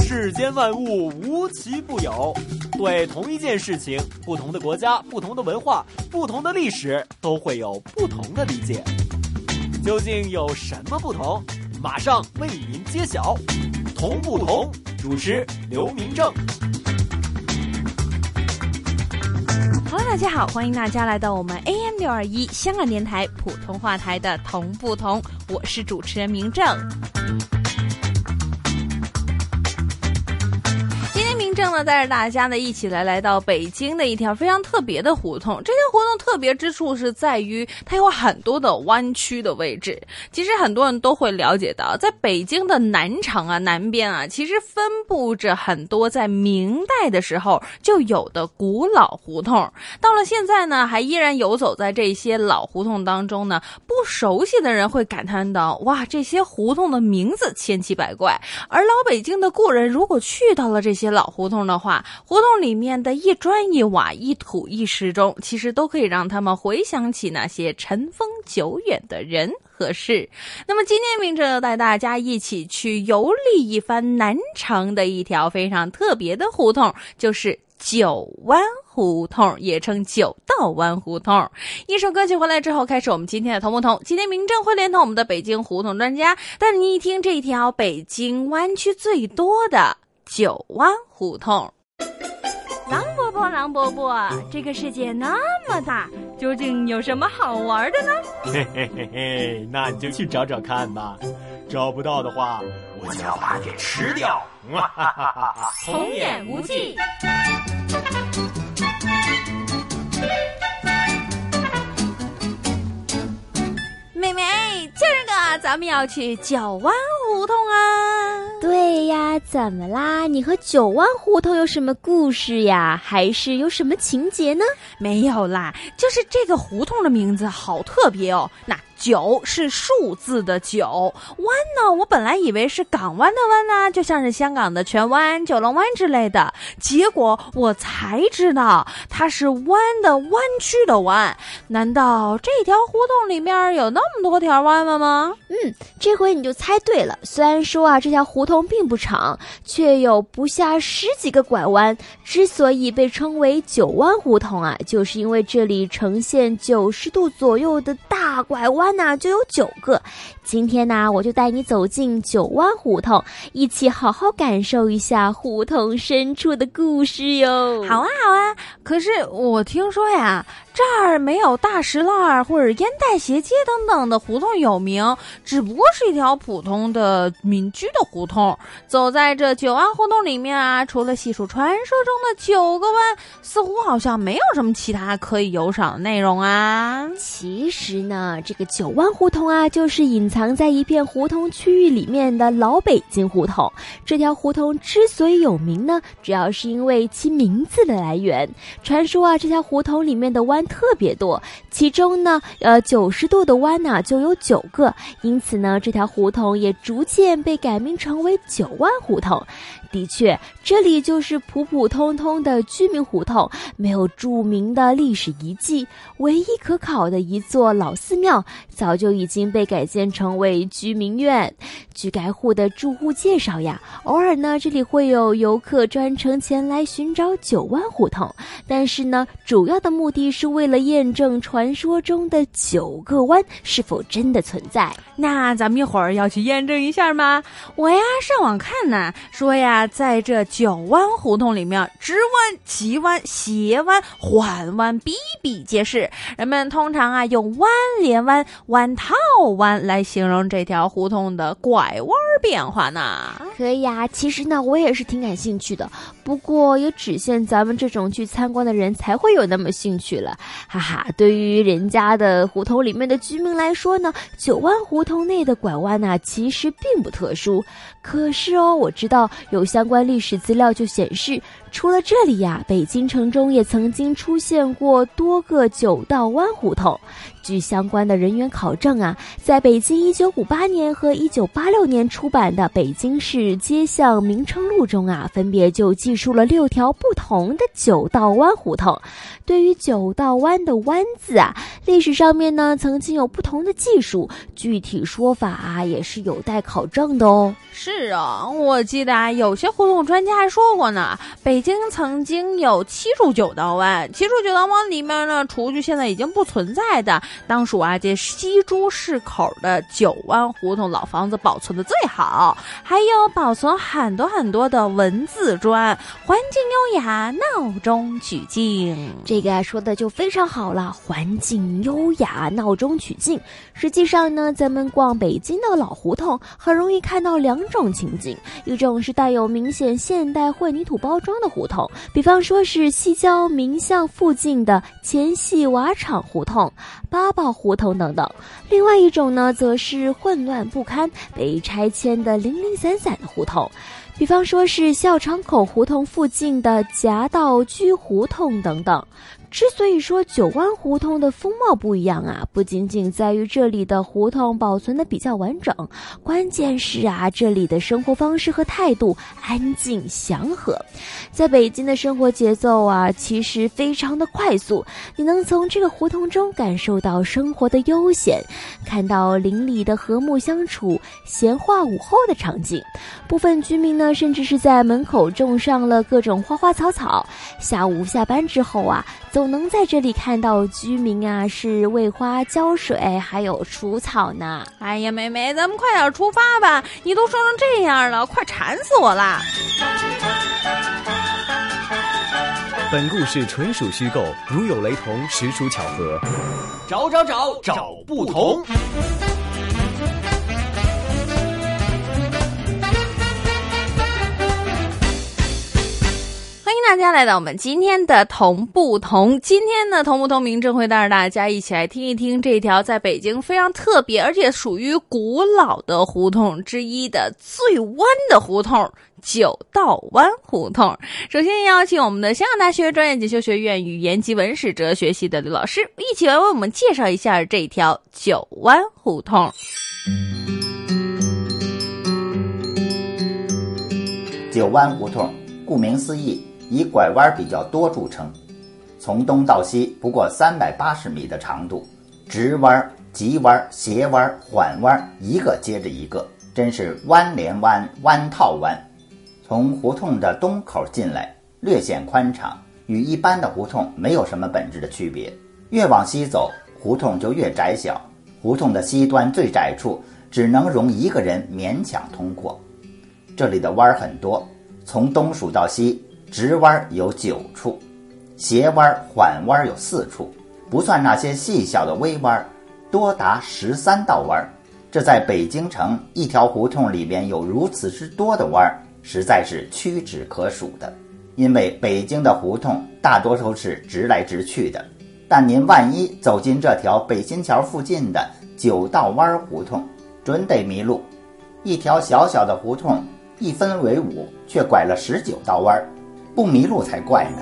世间万物无奇不有，对同一件事情，不同的国家、不同的文化、不同的历史，都会有不同的理解。究竟有什么不同？马上为您揭晓。同不同，主持刘明正。 Hello， 大家好，欢迎大家来到我们 AM621 香港电台普通话台的同不同，我是主持人明正。正呢，带着大家呢一起来到北京的一条非常特别的胡同。这条胡同特别之处是在于它有很多的弯曲的位置。其实很多人都会了解到，在北京的南城啊、南边啊，其实分布着很多在明代的时候就有的古老胡同。到了现在呢，还依然游走在这些老胡同当中呢。不熟悉的人会感叹到，哇，这些胡同的名字千奇百怪。而老北京的故人如果去到了这些老胡同的话，胡同里面的一砖一瓦、一土一石中，其实都可以让他们回想起那些尘封久远的人和事。那么今天明正要带大家一起去游历一番南城的一条非常特别的胡同，就是九湾胡同，也称九道湾胡同。一首歌曲回来之后，开始我们今天的同不同。今天明正会连同我们的北京胡同专家，带你一听这条北京湾区最多的九湾胡同。狼伯伯，狼伯伯，这个世界那么大，究竟有什么好玩的呢？ 嘿嘿嘿嘿，那你就去找找看吧。找不到的话，我就要把你给吃掉。 童言无忌。妹妹，今儿个咱们要去九湾胡同啊。 对呀，怎么啦？你和九湾胡同有什么故事呀？还是有什么情节呢？ 没有啦，就是这个胡同的名字好特别哦。那九是数字的九，湾呢，我本来以为是港湾的湾呢，就像是香港的荃湾、九龙湾之类的，结果我才知道它是湾的湾区的湾。难道这条胡同里面有那么多条湾了吗？ 这回你就猜对了。虽然说啊，这条胡同并不长，却有不下10几个拐弯。之所以被称为九湾胡同啊，就是因为这里呈现90度左右的大拐弯就有9个。今天呢，我就带你走进九湾胡同，一起好好感受一下胡同深处的故事哟。 好啊好啊，可是我听说呀，这儿没有大石栏或者烟袋斜街等等的胡同有名，只不过是一条普通的民居的胡同。走在这九湾胡同里面啊，除了细数传说中的9个湾，似乎好像没有什么其他可以游赏的内容啊。 其实呢，这个九湾胡同啊，就是隐藏在一片胡同区域里面的老北京胡同。这条胡同之所以有名呢，主要是因为其名字的来源。传说啊，这条胡同里面的湾特别多，其中呢，90度的湾呢就有9个，因此呢，这条胡同也逐渐被改名成为九湾胡同。的确，这里就是普普通通的居民胡同，没有著名的历史遗迹，唯一可考的一座老寺庙早就已经被改建成为居民院。据该户的住户介绍呀，偶尔呢，这里会有游客专程前来寻找九湾胡同，但是呢，主要的目的是为了验证传说中的9个湾是否真的存在。 那咱们一会儿要去验证一下吗？我呀上网看呢，说呀，在这九湾胡同里面，直弯、急弯、斜弯、缓弯比比皆是。人们通常啊用弯连弯、弯套弯来形容这条胡同的拐弯变化呢。 可以呀，其实呢我也是挺感兴趣的，不过也只限咱们这种去参观的人才会有那么兴趣了。哈哈，对于人家的胡同里面的居民来说呢，九湾胡同内的拐弯呢其实并不特殊。可是哦，我知道有相关历史资料就显示， 除了这里呀，北京城中也曾经出现过多个九道湾胡同。据相关的人员考证啊，在北京1958年和1986年出版的《北京市街巷名称录》中啊，分别就记述了6条不同的九道湾胡同。对于九道湾的湾字啊，历史上面呢曾经有不同的技术，具体说法啊也是有待考证的哦。 是啊，我记得啊，有些胡同专家还说过呢，北京曾经有7处九道湾，7处九道湾里面呢，除去现在已经不存在的，当属啊这西珠市口的九湾胡同老房子保存的最好，还有保存很多的文字砖，环境优雅，闹中取静。 这个说的就非常好了，环境优雅，闹中取静。实际上呢，咱们逛北京的老胡同，很容易看到2种情景，一种是带有明显现代混凝土包装的胡同，比方说是西郊民巷附近的前戏瓦厂胡同、八宝胡同等等；另外一种呢，则是混乱不堪、被拆迁的零零散散的胡同，比方说是校场口胡同附近的夹道居胡同等等。之所以说九湾胡同的风貌不一样啊，不仅仅在于这里的胡同保存的比较完整，关键是啊，这里的生活方式和态度安静祥和。在北京的生活节奏啊，其实非常的快速，你能从这个胡同中感受到生活的悠闲，看到邻里的和睦相处、闲话午后的场景。部分居民呢，甚至是在门口种上了各种花花草草，下午下班之后啊，总能在这里看到居民啊是为花浇水，还有除草呢。 哎呀，妹妹，咱们快点出发吧！你都说成这样了，快馋死我啦！ 本故事纯属虚构，如有雷同，实属巧合。 找不同。 欢迎大家来到我们今天的同不同。今天呢，同不同明正会带着大家一起来听一听这条在北京非常特别而且属于古老的胡同之一的最弯的胡同——九道湾胡同。首先邀请我们的香港大学专业进修学院语言及文史哲学系的刘老师一起来为我们介绍一下这条九湾胡同。 九湾胡同顾名思义，以拐弯比较多著称，从东到西不过380米的长度，直弯、急弯、斜弯、缓弯，一个接着一个，真是弯连弯，弯套弯。从胡同的东口进来，略显宽敞，与一般的胡同没有什么本质的区别。越往西走，胡同就越窄小，胡同的西端最窄处只能容一个人勉强通过。这里的弯很多，从东数到西，直弯有9处，斜弯、缓弯有4处，不算那些细小的微弯，多达13道弯。这在北京城一条胡同里边有如此之多的弯，实在是屈指可数的。因为北京的胡同大多数是直来直去的，但您万一走进这条北新桥附近的9道弯胡同，准得迷路。一条小小的胡同一分为5，却拐了19道弯，不迷路才怪呢。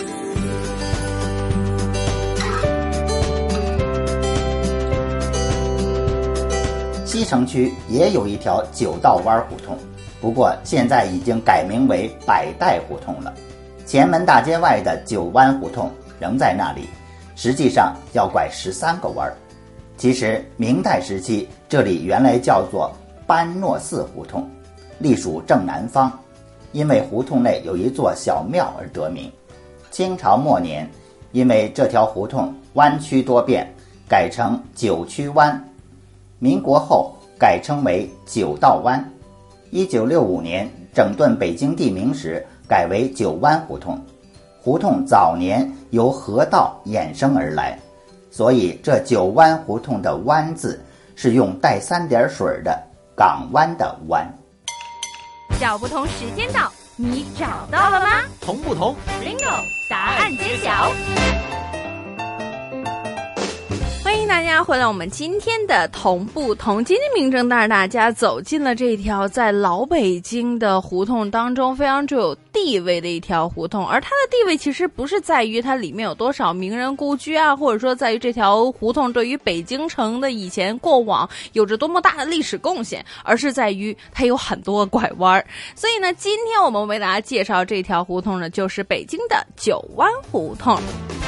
西城区也有一条9道弯胡同，不过现在已经改名为百代胡同了。前门大街外的九湾胡同仍在那里，实际上要拐13个弯。其实明代时期这里原来叫做班诺寺胡同，隶属正南方，因为胡同内有一座小庙而得名。清朝末年，因为这条胡同弯曲多变，改成九曲湾。民国后改称为九道湾。1965年整顿北京地名时，改为九湾胡同。胡同早年由河道衍生而来，所以这九湾胡同的湾字是用带3点水的港湾的湾。 找不同时间到，你找到了吗？ 同不同 Bingo， 答案揭晓。 欢迎大家回来我们今天的同不同。今天明正带着大家走进了这条在老北京的胡同当中非常具有地位的一条胡同，而它的地位其实不是在于它里面有多少名人故居啊，或者说在于这条胡同对于北京城的以前过往有着多么大的历史贡献，而是在于它有很多拐弯。所以呢，今天我们为大家介绍这条胡同呢，就是北京的九湾胡同。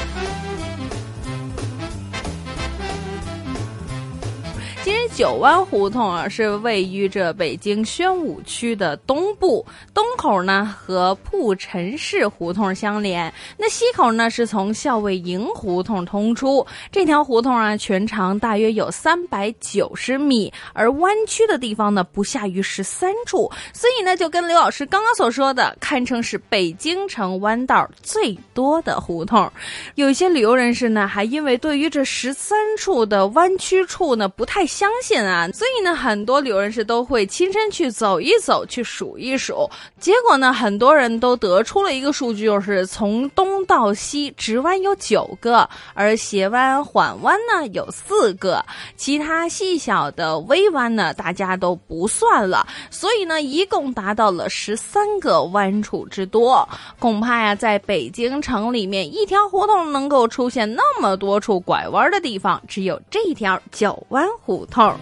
其实九湾胡同啊是位于这北京宣武区的东部，东口呢和铺陈市胡同相连，那西口呢是从校尉营胡同通出。这条胡同啊全长大约有390米，而弯曲的地方呢不下于13处，所以呢就跟刘老师刚刚所说的，堪称是北京城弯道最多的胡同。有一些旅游人士呢还因为对于这13处的弯曲处呢不太相信啊，所以呢很多旅游人士都会亲身去走一走，去数一数。结果呢很多人都得出了一个数据，就是从东到西直弯有9个，而斜弯缓弯呢有4个，其他细小的微弯呢大家都不算了，所以呢一共达到了13个弯处之多。恐怕呀在北京城里面一条胡同能够出现那么多处拐弯的地方，只有这条九湾胡同。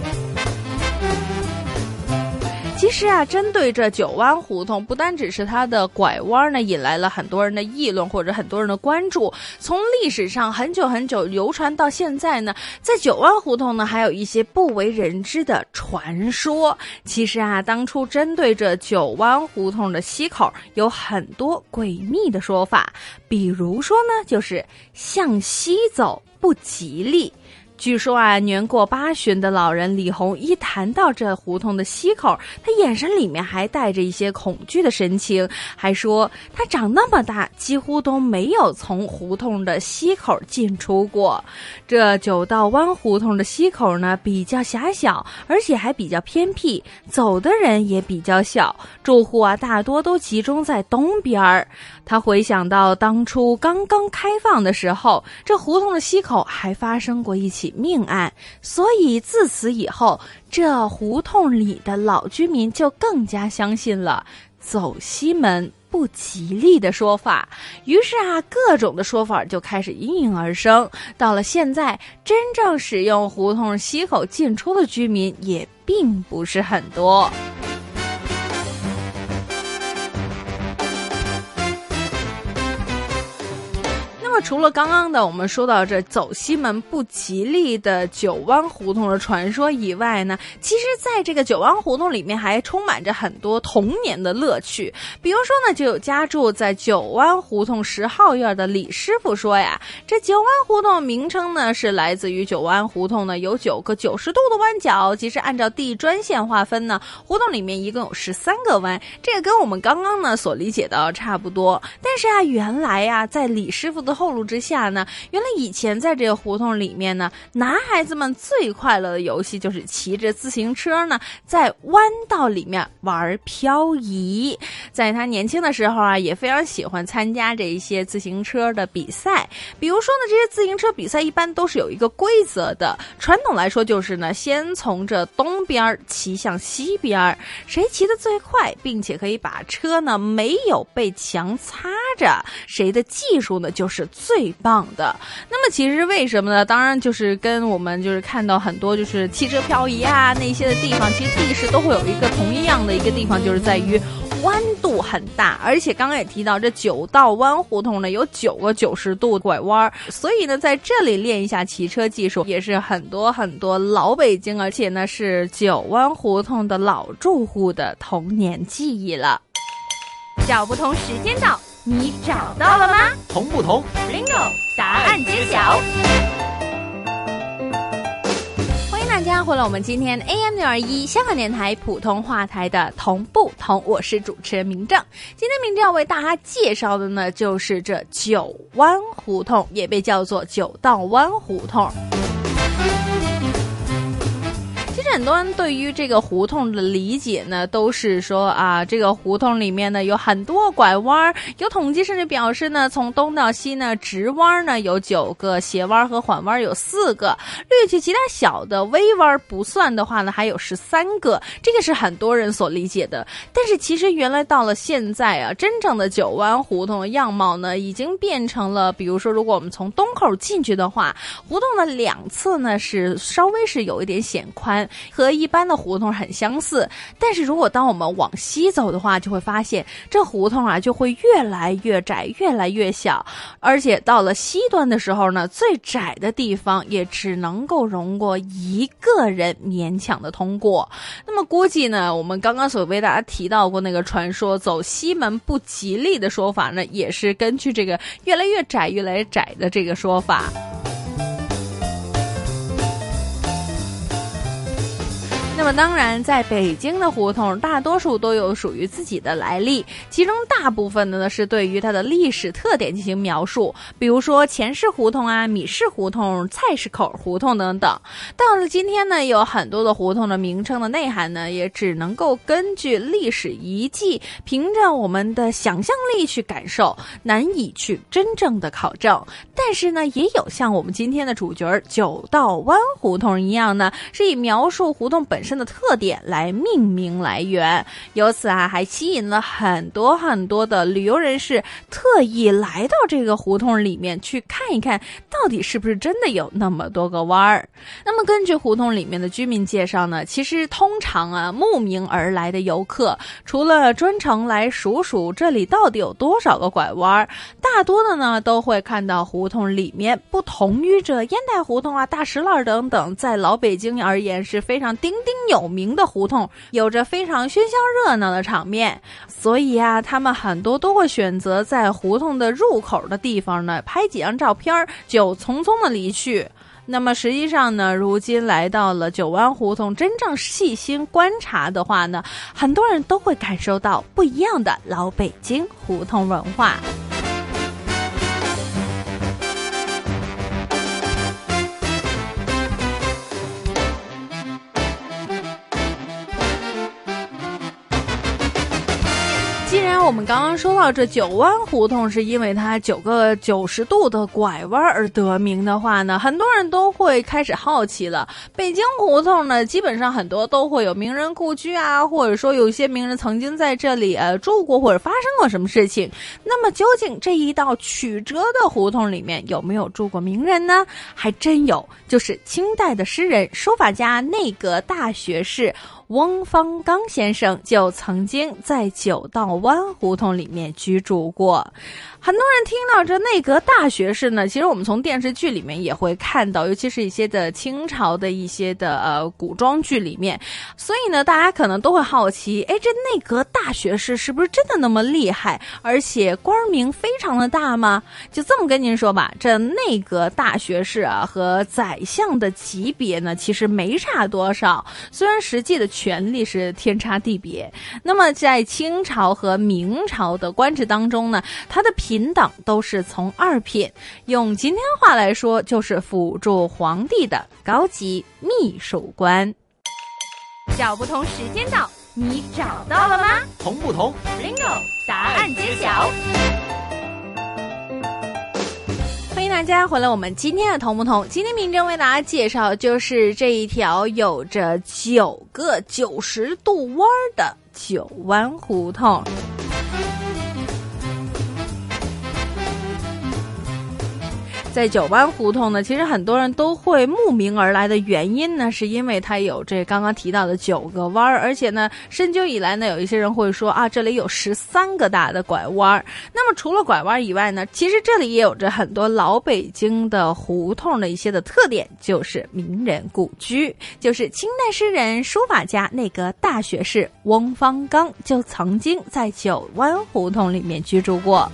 其实啊，针对这九湾胡同，不单只是它的拐弯呢，引来了很多人的议论或者很多人的关注。从历史上很久很久流传到现在呢，在九湾胡同呢，还有一些不为人知的传说。其实啊，当初针对这九湾胡同的西口，有很多诡秘的说法。比如说呢，就是向西走不吉利。据说啊，年过80的老人李红一谈到这胡同的西口，他眼神里面还带着一些恐惧的神情，还说他长那么大几乎都没有从胡同的西口进出过。这九道湾胡同的西口呢比较狭小，而且还比较偏僻，走的人也比较小，住户啊大多都集中在东边。他回想到当初刚刚开放的时候，这胡同的西口还发生过一起命案，所以自此以后，这胡同里的老居民就更加相信了走西门不吉利的说法。于是啊，各种的说法就开始应运而生。到了现在，真正使用胡同西口进出的居民也并不是很多。那么除了刚刚的我们说到这走西门不吉利的九湾胡同的传说以外呢，其实在这个九湾胡同里面还充满着很多童年的乐趣。比如说呢，就有家住在九湾胡同10号院的李师傅说呀，这九湾胡同名称呢是来自于九湾胡同呢有9个90度的弯角，其实按照地砖线划分呢，胡同里面一共有13个弯，这个跟我们刚刚呢所理解的差不多。但是啊，原来啊在李师傅的后路之下呢，原来以前在这个胡同里面呢，男孩子们最快乐的游戏就是骑着自行车呢在弯道里面玩漂移。在他年轻的时候啊，也非常喜欢参加这一些自行车的比赛。比如说呢，这些自行车比赛一般都是有一个规则的，传统来说就是呢，先从这东边骑向西边，谁骑得最快，并且可以把车呢没有被墙擦着，谁的技术呢就是最棒的。那么其实为什么呢？当然就是跟我们就是看到很多就是汽车漂移啊那些的地方，其实地势都会有一个同一样的一个地方，就是在于弯度很大。而且刚刚也提到这9道湾胡同呢有9个90度拐弯，所以呢在这里练一下骑车技术也是很多很多老北京，而且呢是九湾胡同的老住户的童年记忆了。 找不同时间到，你找到了吗？ 同不同 Bingo， 答案揭晓。 欢迎大家回来我们今天 AM621 香港电台普通话台的同不同，我是主持人明正。今天明正要为大家介绍的呢，就是这九湾胡同，也被叫做九道湾胡同。其实很多人对于这个胡同的理解呢，都是说啊，这个胡同里面呢有很多拐弯，有统计甚至表示呢，从东到西呢，直弯呢有9个，斜弯和缓弯有4个，略去其他小的微弯不算的话呢，还有13个。这个是很多人所理解的。但是其实原来到了现在啊，真正的九弯胡同的样貌呢，已经变成了，比如说如果我们从东口进去的话，胡同的两侧呢是稍微是有一点显宽，和一般的胡同很相似。但是如果当我们往西走的话，就会发现这胡同啊就会越来越窄，越来越小，而且到了西端的时候呢，最窄的地方也只能够容过1个人勉强的通过。那么估计呢，我们刚刚所为大家提到过那个传说走西门不吉利的说法呢，也是根据这个越来越窄越来越窄的这个说法。那么当然在北京的胡同大多数都有属于自己的来历，其中大部分的呢是对于它的历史特点进行描述，比如说钱氏胡同啊、米氏胡同、菜市口胡同等等。到了今天呢，有很多的胡同的名称的内涵呢，也只能够根据历史遗迹，凭着我们的想象力去感受，难以去真正的考证。但是呢，也有像我们今天的主角九道湾胡同一样呢，是以描述胡同本身的特点来命名来源，由此啊还吸引了很多很多的旅游人士特意来到这个胡同里面去看一看，到底是不是真的有那么多个弯儿。那么根据胡同里面的居民介绍呢，其实通常啊慕名而来的游客，除了专程来数数这里到底有多少个拐弯，大多的呢都会看到胡同里面不同于这烟台胡同啊、大石栏等等，在老北京而言是非常叮叮有名的胡同，有着非常喧嚣热闹的场面。所以啊，他们很多都会选择在胡同的入口的地方呢拍几张照片，就匆匆的离去。那么实际上呢，如今来到了九湾胡同，真正细心观察的话呢，很多人都会感受到不一样的老北京胡同文化。既然我们刚刚说到这九湾胡同是因为它9个90度的拐弯而得名的话呢，很多人都会开始好奇了。北京胡同呢，基本上很多都会有名人故居啊，或者说有一些名人曾经在这里住过或者发生过什么事情。那么究竟这一道曲折的胡同里面有没有住过名人呢？还真有，就是清代的诗人、书法家、内阁大学士翁方刚先生就曾经在九道湾胡同里面居住过。很多人听到这内阁大学士呢，其实我们从电视剧里面也会看到，尤其是一些的清朝的一些的古装剧里面。所以呢，大家可能都会好奇，这内阁大学士是不是真的那么厉害，而且官名非常的大吗？就这么跟您说吧，这内阁大学士啊和宰相的级别呢其实没差多少，虽然实际的权力是天差地别。那么在清朝和明朝的官职当中呢，它的品等都是从2品，用今天话来说就是辅助皇帝的高级秘书官。 找不同时间到，你找到了吗？ 同不同 Bingo， 答案揭晓。 欢迎大家回来，我们今天的同不同，今天明正为大家介绍就是这一条有着9个90度弯的九湾胡同。在九湾胡同呢，其实很多人都会慕名而来的原因呢，是因为它有这刚刚提到的9个弯，而且呢，深究以来呢，有一些人会说啊，这里有13个大的拐弯。那么除了拐弯以外呢，其实这里也有着很多老北京的胡同的一些的特点，就是名人故居，就是清代诗人、书法家、内阁大学士翁方刚就曾经在九湾胡同里面居住过。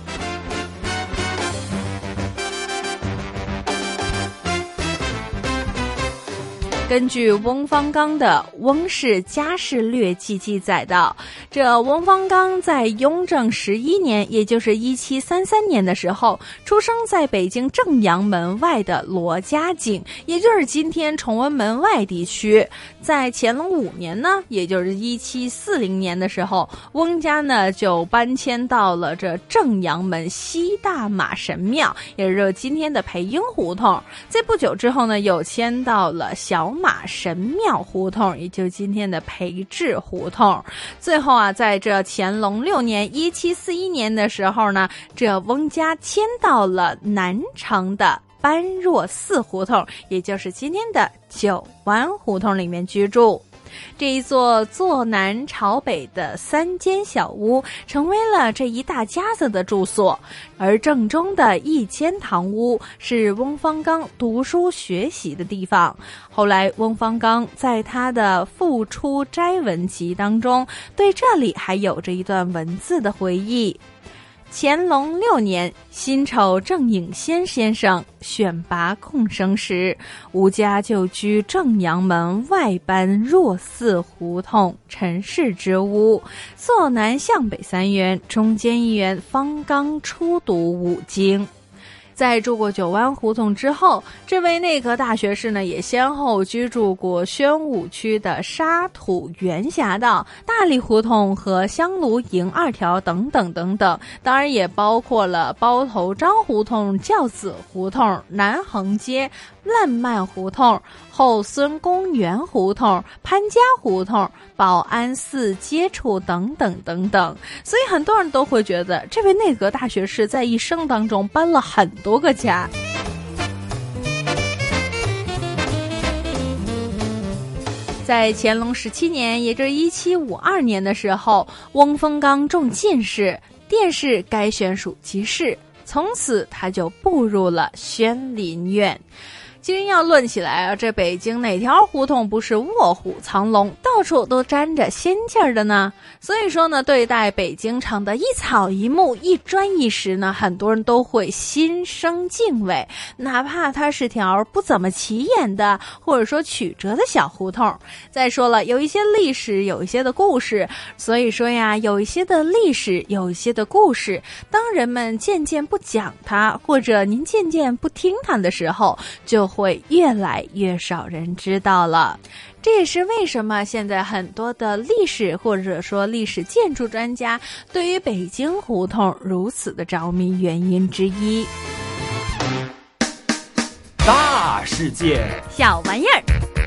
根据翁方刚的《翁氏家事略记》记载道，这翁方刚在雍正11年，也就是1733年的时候，出生在北京正阳门外的罗家井，也就是今天崇文门外地区。在乾隆5年呢，也就是1740年的时候，翁家呢就搬迁到了这正阳门西大马神庙，也就是今天的培英胡同。在不久之后呢，又迁到了小马神庙胡同，也就是今天的培智胡同。最后啊，在这乾隆6年1741年的时候呢，这翁家迁到了南城的般若寺胡同，也就是今天的九湾胡同里面居住。这一座坐南朝北的3间小屋成为了这一大家子的住所，而正中的一间堂屋是翁方刚读书学习的地方。后来翁方刚在他的《复出斋文集》当中对这里还有着一段文字的回忆。乾隆6年，辛丑郑颖先先生选拔贡生时，吾家就居正阳门外班若寺胡同陈氏之屋，坐南向北3园，中间1园方刚初读5经。在住过九湾胡同之后，这位内阁大学士呢，也先后居住过宣武区的沙土元峡道、大理胡同和香炉营2条等等等等，当然也包括了包头张胡同、教子胡同、南横街、烂漫胡同、后孙公园胡同、潘家胡同、保安寺街处等等等等。所以很多人都会觉得这位内阁大学士在一生当中搬了很多个家。在乾隆17年，也就是1752年的时候，翁方刚中进士，殿试该选属吉士，从此他就步入了宣林院。其实要论起来啊，这北京哪条胡同不是卧虎藏龙，到处都沾着仙气儿的呢？所以说呢，对待北京城的一草一木、一砖一石呢，很多人都会心生敬畏，哪怕它是条不怎么起眼的，或者说曲折的小胡同。再说了，有一些历史，有一些的故事，所以说呀，有一些的历史，有一些的故事，当人们渐渐不讲它，或者您渐渐不听它的时候，就会越来越少人知道了。这也是为什么现在很多的历史或者说历史建筑专家对于北京胡同如此的着迷原因之一。 大世界， 小玩意儿。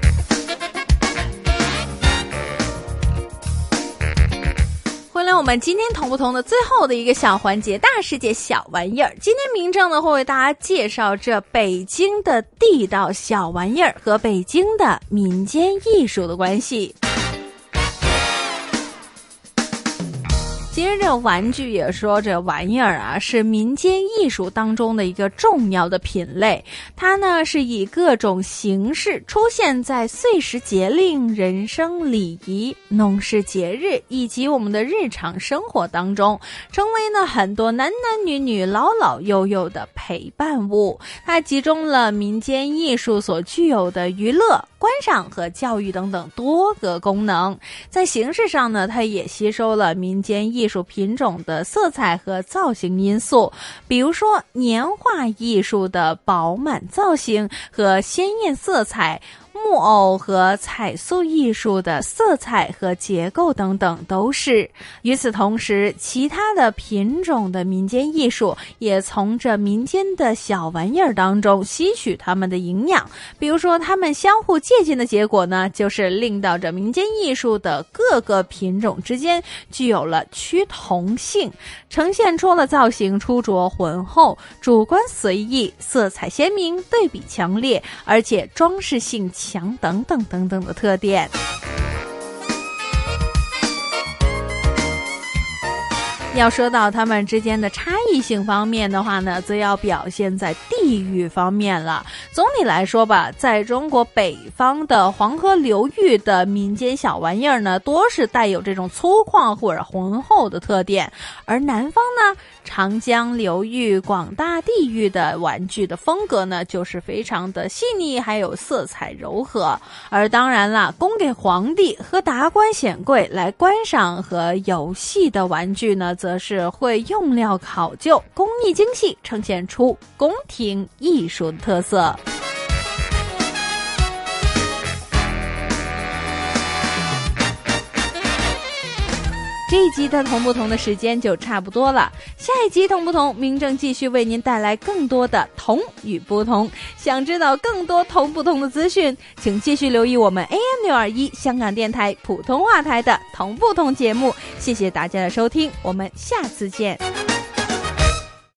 回来我们今天同不同的最后的一个小环节，大世界小玩意儿。今天明正呢会为大家介绍这北京的地道小玩意儿和北京的民间艺术的关系。其实这个玩具也说这玩意儿啊是民间艺术当中的一个重要的品类，它呢是以各种形式出现在岁时节令、人生礼仪、农事节日以及我们的日常生活当中，成为呢很多男男女女、老老幼幼的陪伴物。它集中了民间艺术所具有的娱乐、观赏和教育等等多个功能。在形式上呢，它也吸收了民间艺术品种的色彩和造型因素，比如说年画艺术的饱满造型和鲜艳色彩，木偶和彩塑艺术的色彩和结构等等都是。与此同时，其他的品种的民间艺术也从这民间的小玩意儿当中吸取它们的营养，比如说它们相互借鉴的结果呢，就是令到这民间艺术的各个品种之间具有了趋同性，呈现出了造型出浊浑厚、主观随意、色彩鲜明、对比强烈，而且装饰性强等等等等的特点。 要说到他们之间的差异性方面的话呢，则要表现在地域方面了。总体来说吧，在中国北方的黄河流域的民间小玩意儿呢，多是带有这种粗犷或者浑厚的特点，而南方呢，长江流域广大地域的玩具的风格呢，就是非常的细腻，还有色彩柔和。而当然啦，供给皇帝和达官显贵来观赏和游戏的玩具呢，则是会用料考究，工艺精细，呈现出宫廷艺术的特色。这一集的同不同的时间就差不多了，下一集同不同，明正继续为您带来更多的同与不同。想知道更多同不同的资讯，请继续留意我们 AM621 香港电台普通话台的同不同节目。谢谢大家的收听，我们下次见。